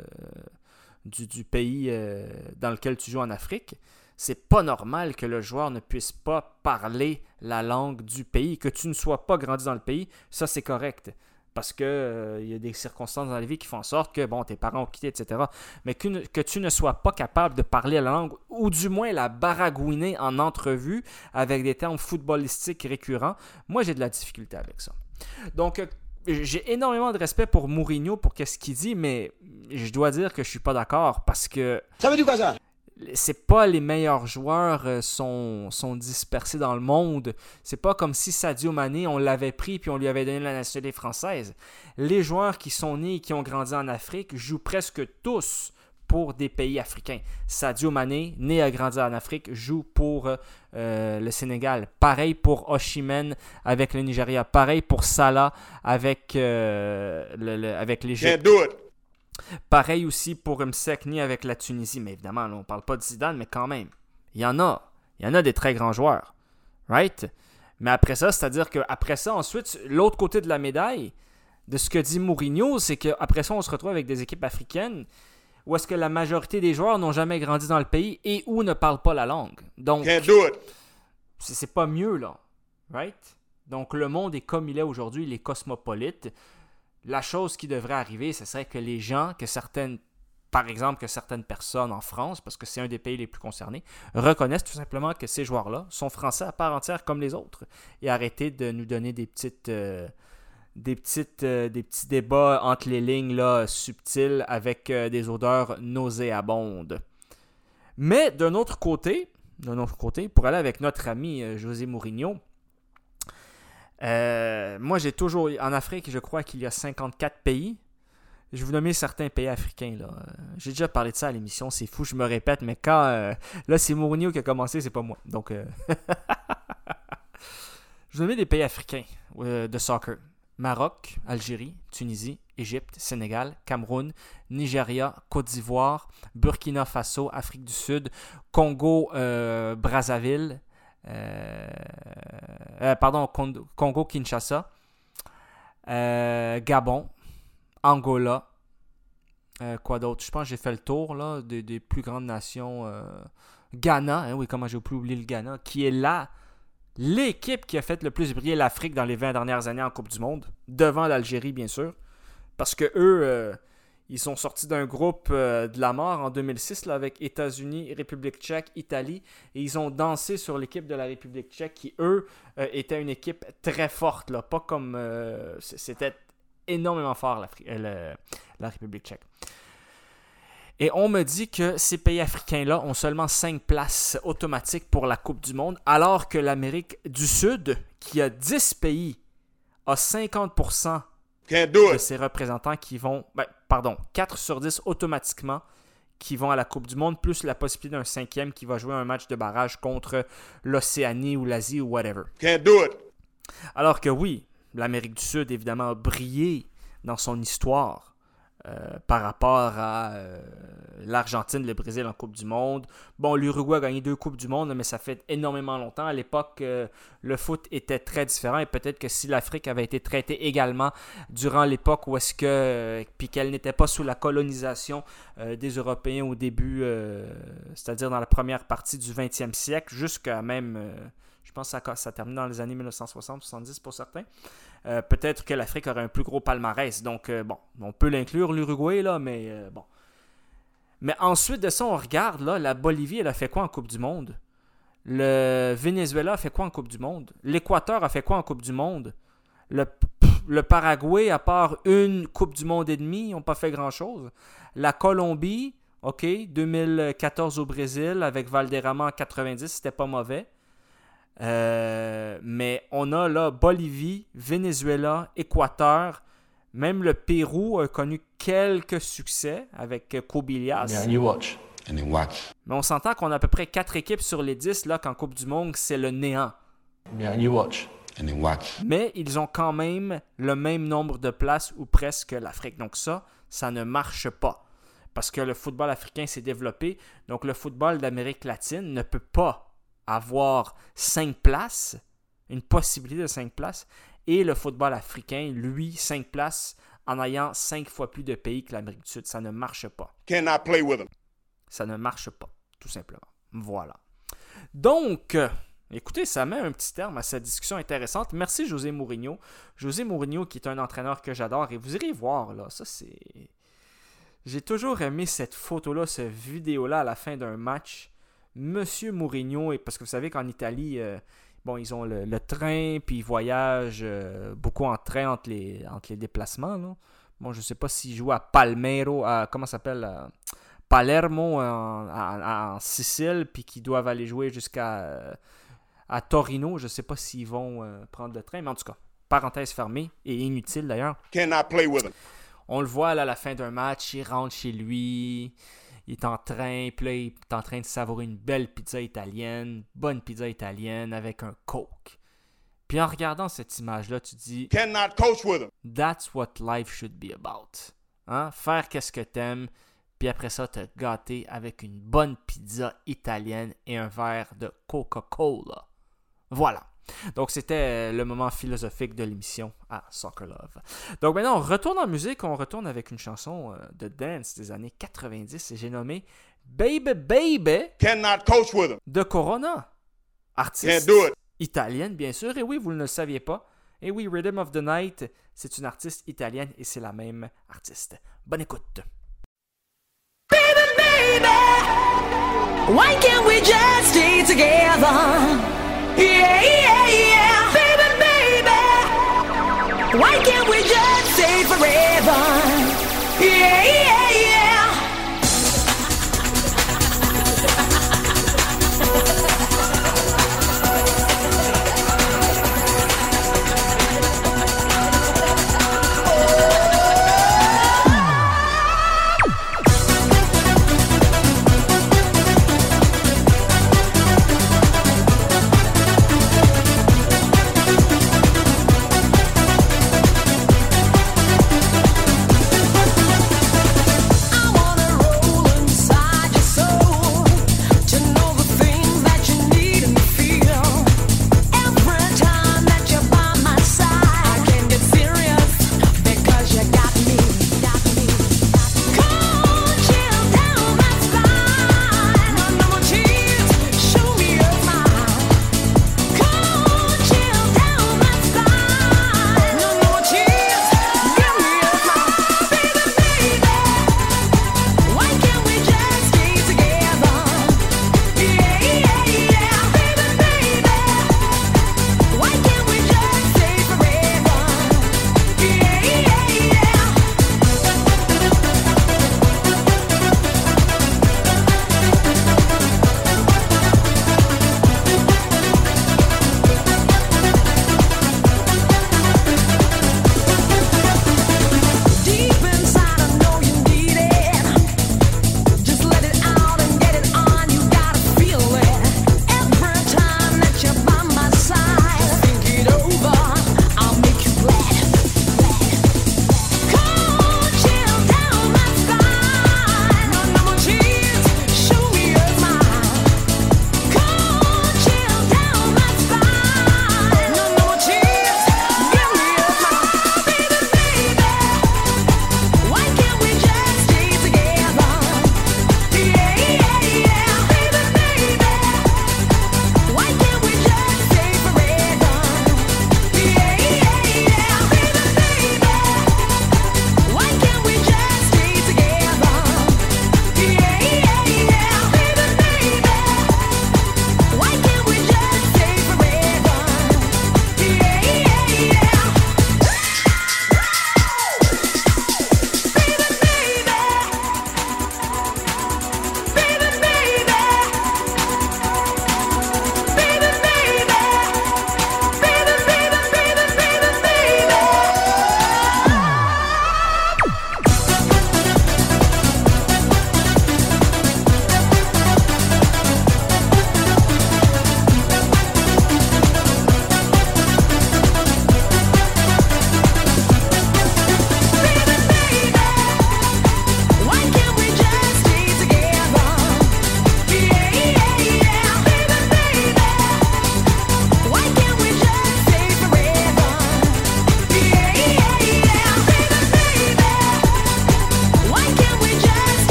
[SPEAKER 9] du pays dans lequel tu joues en Afrique. C'est pas normal que le joueur ne puisse pas parler la langue du pays. Que tu ne sois pas grandi dans le pays, ça c'est correct. Parce que y a des circonstances dans la vie qui font en sorte que bon, tes parents ont quitté, etc. Mais que tu ne sois pas capable de parler la langue, ou du moins la baragouiner en entrevue avec des termes footballistiques récurrents, moi j'ai de la difficulté avec ça. Donc, j'ai énormément de respect pour Mourinho, pour ce qu'il dit, mais je dois dire que je suis pas d'accord parce que...
[SPEAKER 5] Ça veut dire quoi ça?
[SPEAKER 9] C'est pas les meilleurs joueurs sont dispersés dans le monde. C'est pas comme si Sadio Mané, on l'avait pris puis on lui avait donné la nationalité française. Les joueurs qui sont nés et qui ont grandi en Afrique jouent presque tous pour des pays africains. Sadio Mané, né et grandi en Afrique, joue pour le Sénégal. Pareil pour Osimhen avec le Nigeria. Pareil pour Salah avec l'Égypte. Pareil aussi pour Msekni avec la Tunisie. Mais évidemment, là, on ne parle pas de Zidane, mais quand même, il y en a des très grands joueurs. Right? Mais après ça, c'est-à-dire qu'après ça, ensuite, l'autre côté de la médaille de ce que dit Mourinho, c'est qu'après ça, on se retrouve avec des équipes africaines où est-ce que la majorité des joueurs n'ont jamais grandi dans le pays et où ne parlent pas la langue. Donc, c'est pas mieux, là. Right? Donc, le monde est comme il est aujourd'hui, il est cosmopolite. La chose qui devrait arriver, ce serait que les gens, par exemple, que certaines personnes en France, parce que c'est un des pays les plus concernés, reconnaissent tout simplement que ces joueurs-là sont français à part entière comme les autres et arrêter de nous donner des petits débats entre les lignes là, subtils avec des odeurs nauséabondes. Mais d'un autre côté, pour aller avec notre ami José Mourinho, moi, j'ai toujours... En Afrique, je crois qu'il y a 54 pays. Je vais vous nommer certains pays africains. Là. J'ai déjà parlé de ça à l'émission. C'est fou, je me répète. Mais quand... là, c'est Mourinho qui a commencé, c'est pas moi. Donc... je vais nommer des pays africains de soccer. Maroc, Algérie, Tunisie, Égypte, Sénégal, Cameroun, Nigeria, Côte d'Ivoire, Burkina Faso, Afrique du Sud, Congo, Brazzaville... Congo-Kinshasa, Gabon, Angola, quoi d'autre? Je pense que j'ai fait le tour là, des plus grandes nations. Ghana, oui, comment j'ai pu oublier le Ghana, qui est là, l'équipe qui a fait le plus briller l'Afrique dans les 20 dernières années en Coupe du Monde, devant l'Algérie bien sûr, parce que eux, Ils sont sortis d'un groupe de la mort en 2006 là, avec États-Unis, République tchèque, Italie. Et ils ont dansé sur l'équipe de la République tchèque qui, eux, était une équipe très forte. Là, pas comme... c'était énormément fort la République tchèque. Et on me dit que ces pays africains-là ont seulement 5 places automatiques pour la Coupe du Monde, alors que l'Amérique du Sud, qui a 10 pays, a 50% de ses représentants qui vont... 4 sur 10 automatiquement qui vont à la Coupe du Monde, plus la possibilité d'un 5e qui va jouer un match de barrage contre l'Océanie ou l'Asie ou whatever. Alors que oui, l'Amérique du Sud, évidemment, a brillé dans son histoire par rapport à l'Argentine, le Brésil en Coupe du Monde. Bon, l'Uruguay a gagné 2 Coupes du Monde, mais ça fait énormément longtemps. À l'époque, le foot était très différent et peut-être que si l'Afrique avait été traitée également durant l'époque où est-ce que... puis qu'elle n'était pas sous la colonisation des Européens au début, c'est-à-dire dans la première partie du 20e siècle, jusqu'à même... je pense que ça termine dans les années 1960-70 pour certains. Peut-être que l'Afrique aurait un plus gros palmarès. Donc, on peut l'inclure, l'Uruguay, là, mais bon. Mais ensuite de ça, on regarde, là, la Bolivie, elle a fait quoi en Coupe du Monde? Le Venezuela a fait quoi en Coupe du Monde? L'Équateur a fait quoi en Coupe du Monde? Le Paraguay, à part une Coupe du Monde et demie, ils n'ont pas fait grand-chose. La Colombie, OK, 2014 au Brésil, avec Valderrama en 90, c'était pas mauvais. Mais on a là Bolivie, Venezuela, Équateur, même le Pérou a connu quelques succès avec Kobilias. Mais on s'entend qu'on a à peu près 4 équipes sur les 10 là qu'en Coupe du Monde, c'est le néant. Mais ils ont quand même le même nombre de places ou presque que l'Afrique. Donc ça ne marche pas. Parce que le football africain s'est développé. Donc le football d'Amérique latine ne peut pas avoir 5 places, une possibilité de 5 places, et le football africain, lui, 5 places en ayant 5 fois plus de pays que l'Amérique du Sud. Ça ne marche pas. Ça ne marche pas, tout simplement. Voilà. Donc, écoutez, ça met un petit terme à cette discussion intéressante. Merci José Mourinho. José Mourinho qui est un entraîneur que j'adore, et vous irez voir, là, ça c'est... J'ai toujours aimé cette photo-là, cette vidéo-là à la fin d'un match. Monsieur Mourinho, parce que vous savez qu'en Italie, ils ont le train, puis ils voyagent beaucoup en train entre les déplacements. Là. Bon, je ne sais pas s'ils jouent à Palmero, Palermo en Sicile, puis qu'ils doivent aller jouer jusqu'à à Torino. Je ne sais pas s'ils vont prendre le train, mais en tout cas, parenthèse fermée, et inutile d'ailleurs. On le voit là, à la fin d'un match, il rentre chez lui... Il est en train, puis là, il est en train de savourer une belle pizza italienne, bonne pizza italienne avec un Coke. Puis en regardant cette image-là, tu dis That's what life should be about. Hein? Faire qu'est-ce que t'aimes, puis après ça, te gâter avec une bonne pizza italienne et un verre de Coca-Cola. Voilà. Donc, c'était le moment philosophique de l'émission à Soccer Love. Donc, maintenant, on retourne en musique. On retourne avec une chanson de dance des années 90. Et j'ai nommé Baby Baby de Corona. Artiste italienne, bien sûr. Et oui, vous ne le saviez pas. Et oui, Rhythm of the Night, c'est une artiste italienne et c'est la même artiste. Bonne écoute.
[SPEAKER 2] Baby, baby, why can't we just stay together? Yeah, yeah, yeah. Baby, baby, why can't we just stay forever? Yeah, yeah, yeah.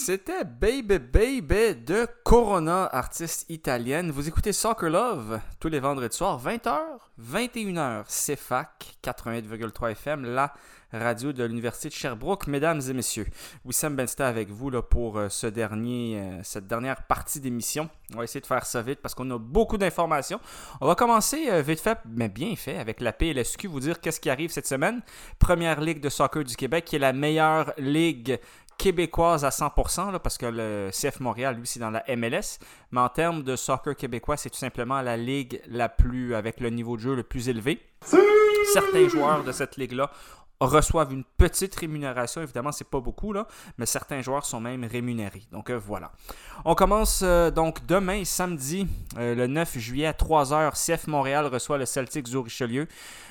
[SPEAKER 9] C'était Baby Baby de Corona, artiste italienne. Vous écoutez Soccer Love tous les vendredis soirs, 20h, 21h, CFAC 88,3 FM, la radio de l'Université de Sherbrooke. Mesdames et messieurs, Wissam Bensta avec vous là, pour cette dernière partie d'émission. On va essayer de faire ça vite parce qu'on a beaucoup d'informations. On va commencer vite fait, mais bien fait, avec la PLSQ, vous dire qu'est-ce qui arrive cette semaine. Première ligue de soccer du Québec, qui est la meilleure ligue québécoise à 100%, là, parce que le CF Montréal, lui, c'est dans la MLS. Mais en termes de soccer québécois, c'est tout simplement la ligue avec le niveau de jeu le plus élevé. Certains joueurs de cette ligue-là reçoivent une petite rémunération. Évidemment, c'est pas beaucoup, là, mais certains joueurs sont même rémunérés. Donc, voilà. On commence donc demain, samedi, le 9 juillet à 3h. CF Montréal reçoit le Celtic Richelieu.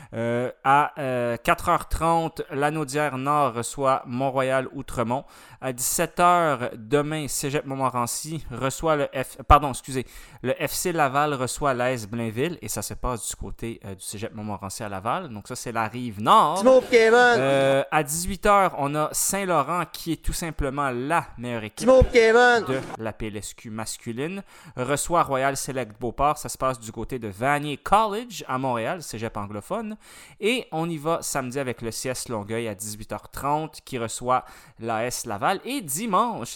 [SPEAKER 9] À 4h30, Lanaudière Nord reçoit Mont-Royal Outremont. À 17h, demain, Cégep Montmorency reçoit le FC Laval reçoit l'AS Blainville. Et ça se passe du côté du Cégep Montmorency à Laval. Donc ça, c'est la rive nord. À 18h, on a Saint-Laurent qui est tout simplement la meilleure équipe de la PLSQ masculine. Reçoit Royal Select Beauport. Ça se passe du côté de Vanier College à Montréal, Cégep anglophone. Et on y va samedi avec le CS Longueuil à 18h30 qui reçoit l'AS Laval. Et dimanche,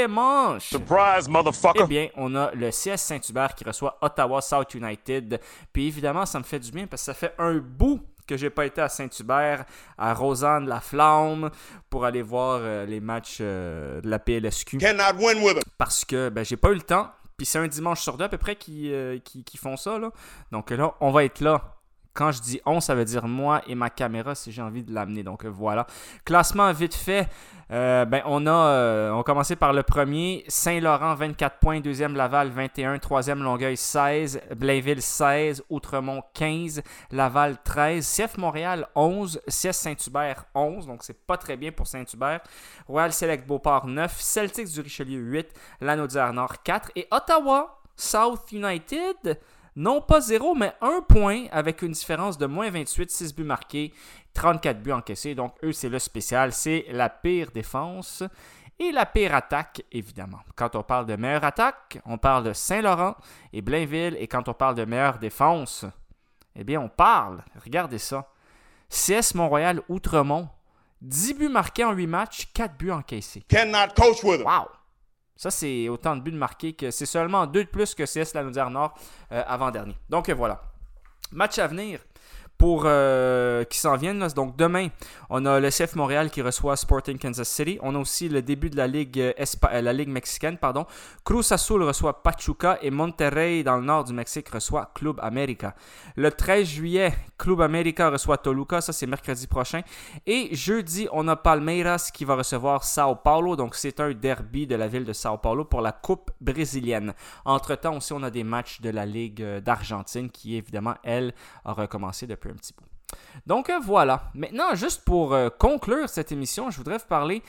[SPEAKER 1] Surprise, motherfucker!
[SPEAKER 9] Eh bien, on a le CS Saint-Hubert qui reçoit Ottawa South United. Puis évidemment, ça me fait du bien parce que ça fait un bout que j'ai pas été à Saint-Hubert, à Rosanne-la-Flamme, pour aller voir les matchs de la PLSQ.
[SPEAKER 6] Cannot win with it.
[SPEAKER 9] Parce que j'ai pas eu le temps. Puis c'est un dimanche sur deux à peu près qui font ça, là. Donc là, on va être là. Quand je dis on, ça veut dire moi et ma caméra si j'ai envie de l'amener. Donc voilà. Classement vite fait. On va commencer par le premier. Saint-Laurent, 24 points. Deuxième, Laval, 21. Troisième, Longueuil, 16. Blainville, 16. Outremont, 15. Laval, 13. CF Montréal, 11. CS Saint-Hubert, 11. Donc c'est pas très bien pour Saint-Hubert. Royal Select Beauport, 9. Celtics du Richelieu, 8. Lanaudière Nord, 4. Et Ottawa South United, non pas 0, mais 1 point avec une différence de moins 28, 6 buts marqués, 34 buts encaissés. Donc, eux, c'est le spécial. C'est la pire défense et la pire attaque, évidemment. Quand on parle de meilleure attaque, on parle de Saint-Laurent et Blainville. Et quand on parle de meilleure défense, eh bien, on parle, regardez ça, CS Mont-Royal Outremont, 10 buts marqués en 8 matchs, 4 buts encaissés.
[SPEAKER 6] Cannot coach with it.
[SPEAKER 9] Wow! Ça, c'est autant de buts marqués que c'est seulement 2 de plus que CS Lanaudière Nord avant-dernier. Donc, voilà. Match à venir pour qui s'en viennent. Là. Donc, demain, on a le CF Montréal qui reçoit Sporting Kansas City. On a aussi le début de la Ligue mexicaine. Cruz Azul reçoit Pachuca et Monterrey, dans le nord du Mexique, reçoit Club América. Le 13 juillet, Club América reçoit Toluca. Ça, c'est mercredi prochain. Et jeudi, on a Palmeiras qui va recevoir Sao Paulo. Donc, c'est un derby de la ville de Sao Paulo pour la Coupe brésilienne. Entre-temps, aussi, on a des matchs de la Ligue d'Argentine qui, évidemment, elle, a recommencé depuis un petit bout. Donc voilà. Maintenant, juste pour conclure cette émission, je voudrais vous parler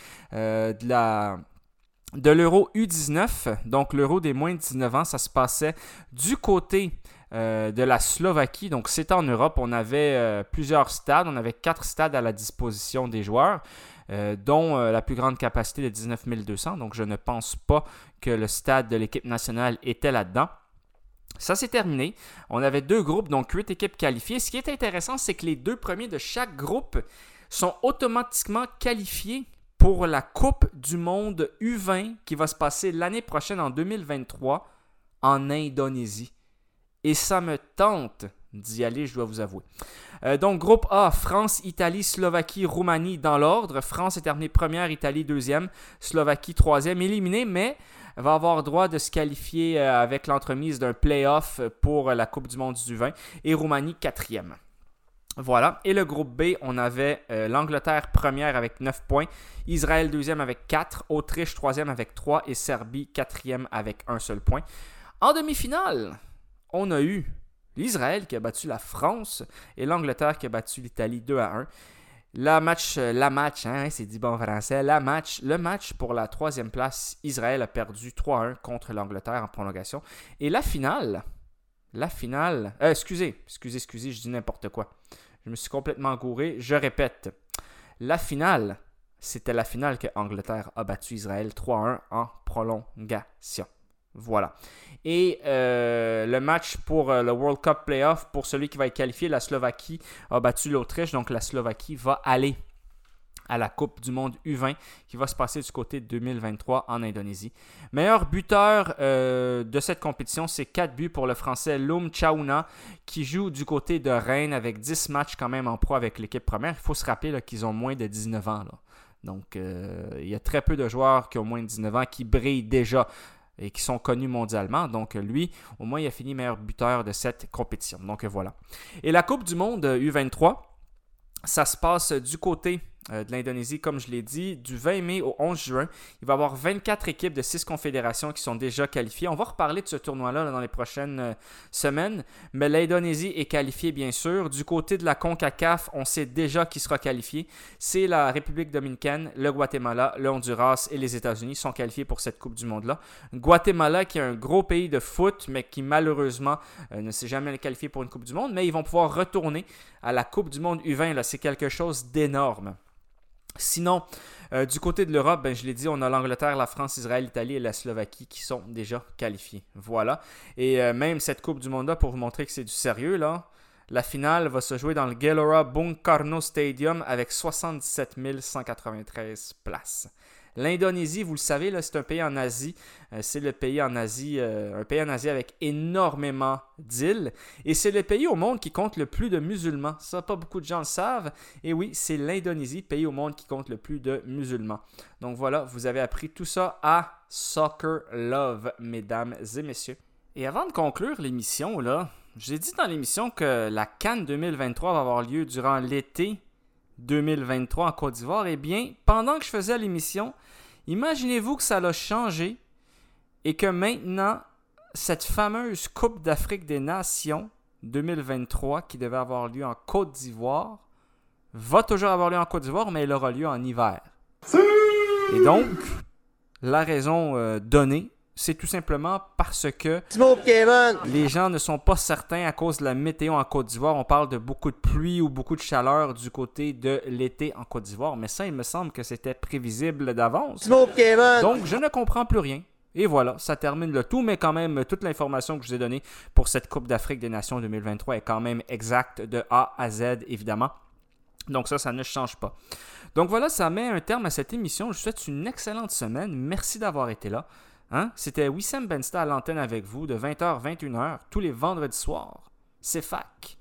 [SPEAKER 9] de l'Euro U19. Donc l'Euro des moins de 19 ans, ça se passait du côté de la Slovaquie. Donc c'était en Europe. On avait plusieurs stades. On avait 4 stades à la disposition des joueurs, dont la plus grande capacité de 19 200. Donc je ne pense pas que le stade de l'équipe nationale était là-dedans. Ça, c'est terminé. On avait 2 groupes, donc 8 équipes qualifiées. Ce qui est intéressant, c'est que les 2 premiers de chaque groupe sont automatiquement qualifiés pour la Coupe du monde U20 qui va se passer l'année prochaine en 2023 en Indonésie. Et ça me tente d'y aller, je dois vous avouer. Donc, groupe A, France, Italie, Slovaquie, Roumanie dans l'ordre. France est terminée première, Italie deuxième, Slovaquie troisième, éliminée, mais va avoir droit de se qualifier avec l'entremise d'un play-off pour la Coupe du monde du 20 et Roumanie quatrième. Voilà. Et le groupe B, on avait l'Angleterre première avec 9 points, Israël deuxième avec 4, Autriche troisième avec 3 et Serbie quatrième avec un seul point. En demi-finale, on a eu l'Israël qui a battu la France et l'Angleterre qui a battu l'Italie 2-1. Le match pour la 3e place, Israël a perdu 3-1 contre l'Angleterre en prolongation. Et la finale, excusez, je dis n'importe quoi. Je me suis complètement gouré. Je répète, la finale c'était la finale que Angleterre a battu Israël 3-1 en prolongation. Voilà. Et le match pour le World Cup Playoff, pour celui qui va être qualifié, la Slovaquie a battu l'Autriche. Donc la Slovaquie va aller à la Coupe du Monde U20 qui va se passer du côté de 2023 en Indonésie. Meilleur buteur de cette compétition, c'est 4 buts pour le Français Loum Chaouna qui joue du côté de Rennes avec 10 matchs quand même en pro avec l'équipe première. Il faut se rappeler là, qu'ils ont moins de 19 ans. Là. Donc il y a très peu de joueurs qui ont moins de 19 ans qui brillent déjà et qui sont connus mondialement. Donc lui, au moins, il a fini meilleur buteur de cette compétition. Donc voilà. Et la Coupe du Monde U23, ça se passe du côté de l'Indonésie, comme je l'ai dit, du 20 mai au 11 juin. Il va y avoir 24 équipes de 6 confédérations qui sont déjà qualifiées. On va reparler de ce tournoi-là dans les prochaines semaines, mais l'Indonésie est qualifiée, bien sûr. Du côté de la CONCACAF, on sait déjà qui sera qualifié. C'est la République dominicaine, le Guatemala, le Honduras et les États-Unis sont qualifiés pour cette Coupe du Monde-là. Guatemala, qui est un gros pays de foot, mais qui malheureusement ne s'est jamais qualifié pour une Coupe du Monde, mais ils vont pouvoir retourner à la Coupe du Monde U20. Là, c'est quelque chose d'énorme. Sinon, du côté de l'Europe, je l'ai dit, on a l'Angleterre, la France, Israël, l'Italie et la Slovaquie qui sont déjà qualifiés. Voilà. Et même cette Coupe du Monde-là, pour vous montrer que c'est du sérieux, là, la finale va se jouer dans le Gelora Bung Karno Stadium avec 77 193 places. L'Indonésie, vous le savez, là, c'est un pays en Asie. C'est le pays en Asie, un pays en Asie avec énormément d'îles. Et c'est le pays au monde qui compte le plus de musulmans. Ça, pas beaucoup de gens le savent. Et oui, c'est l'Indonésie, pays au monde qui compte le plus de musulmans. Donc voilà, vous avez appris tout ça à Soccer Love, mesdames et messieurs. Et avant de conclure l'émission, là, j'ai dit dans l'émission que la CAN 2023 va avoir lieu durant l'été 2023 en Côte d'Ivoire. Eh bien, pendant que je faisais l'émission, imaginez-vous que ça a changé et que maintenant, cette fameuse Coupe d'Afrique des Nations 2023 qui devait avoir lieu en Côte d'Ivoire va toujours avoir lieu en Côte d'Ivoire, mais elle aura lieu en hiver. Et donc, la raison donnée, c'est tout simplement parce que les gens ne sont pas certains à cause de la météo en Côte d'Ivoire. On parle de beaucoup de pluie ou beaucoup de chaleur du côté de l'été en Côte d'Ivoire. Mais ça, il me semble que c'était prévisible d'avance. Donc, je ne comprends plus rien. Et voilà, ça termine le tout. Mais quand même, toute l'information que je vous ai donnée pour cette Coupe d'Afrique des Nations 2023 est quand même exacte de A à Z, évidemment. Donc ça ne change pas. Donc voilà, ça met un terme à cette émission. Je vous souhaite une excellente semaine. Merci d'avoir été là. C'était Wissam Bensta à l'antenne avec vous de 20h à 21h tous les vendredis soirs. C'est CFAC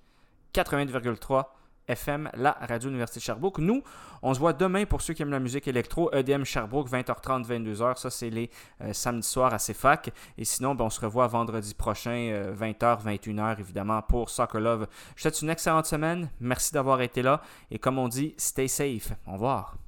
[SPEAKER 9] 88,3 FM, la Radio Université de Sherbrooke. Nous, on se voit demain pour ceux qui aiment la musique électro, EDM Sherbrooke, 20h30, 22h. Ça, c'est les samedis soirs à CFAC. Et sinon, on se revoit vendredi prochain, 20h, 21h, évidemment, pour Soccer Love. Je vous souhaite une excellente semaine. Merci d'avoir été là. Et comme on dit, stay safe. Au revoir.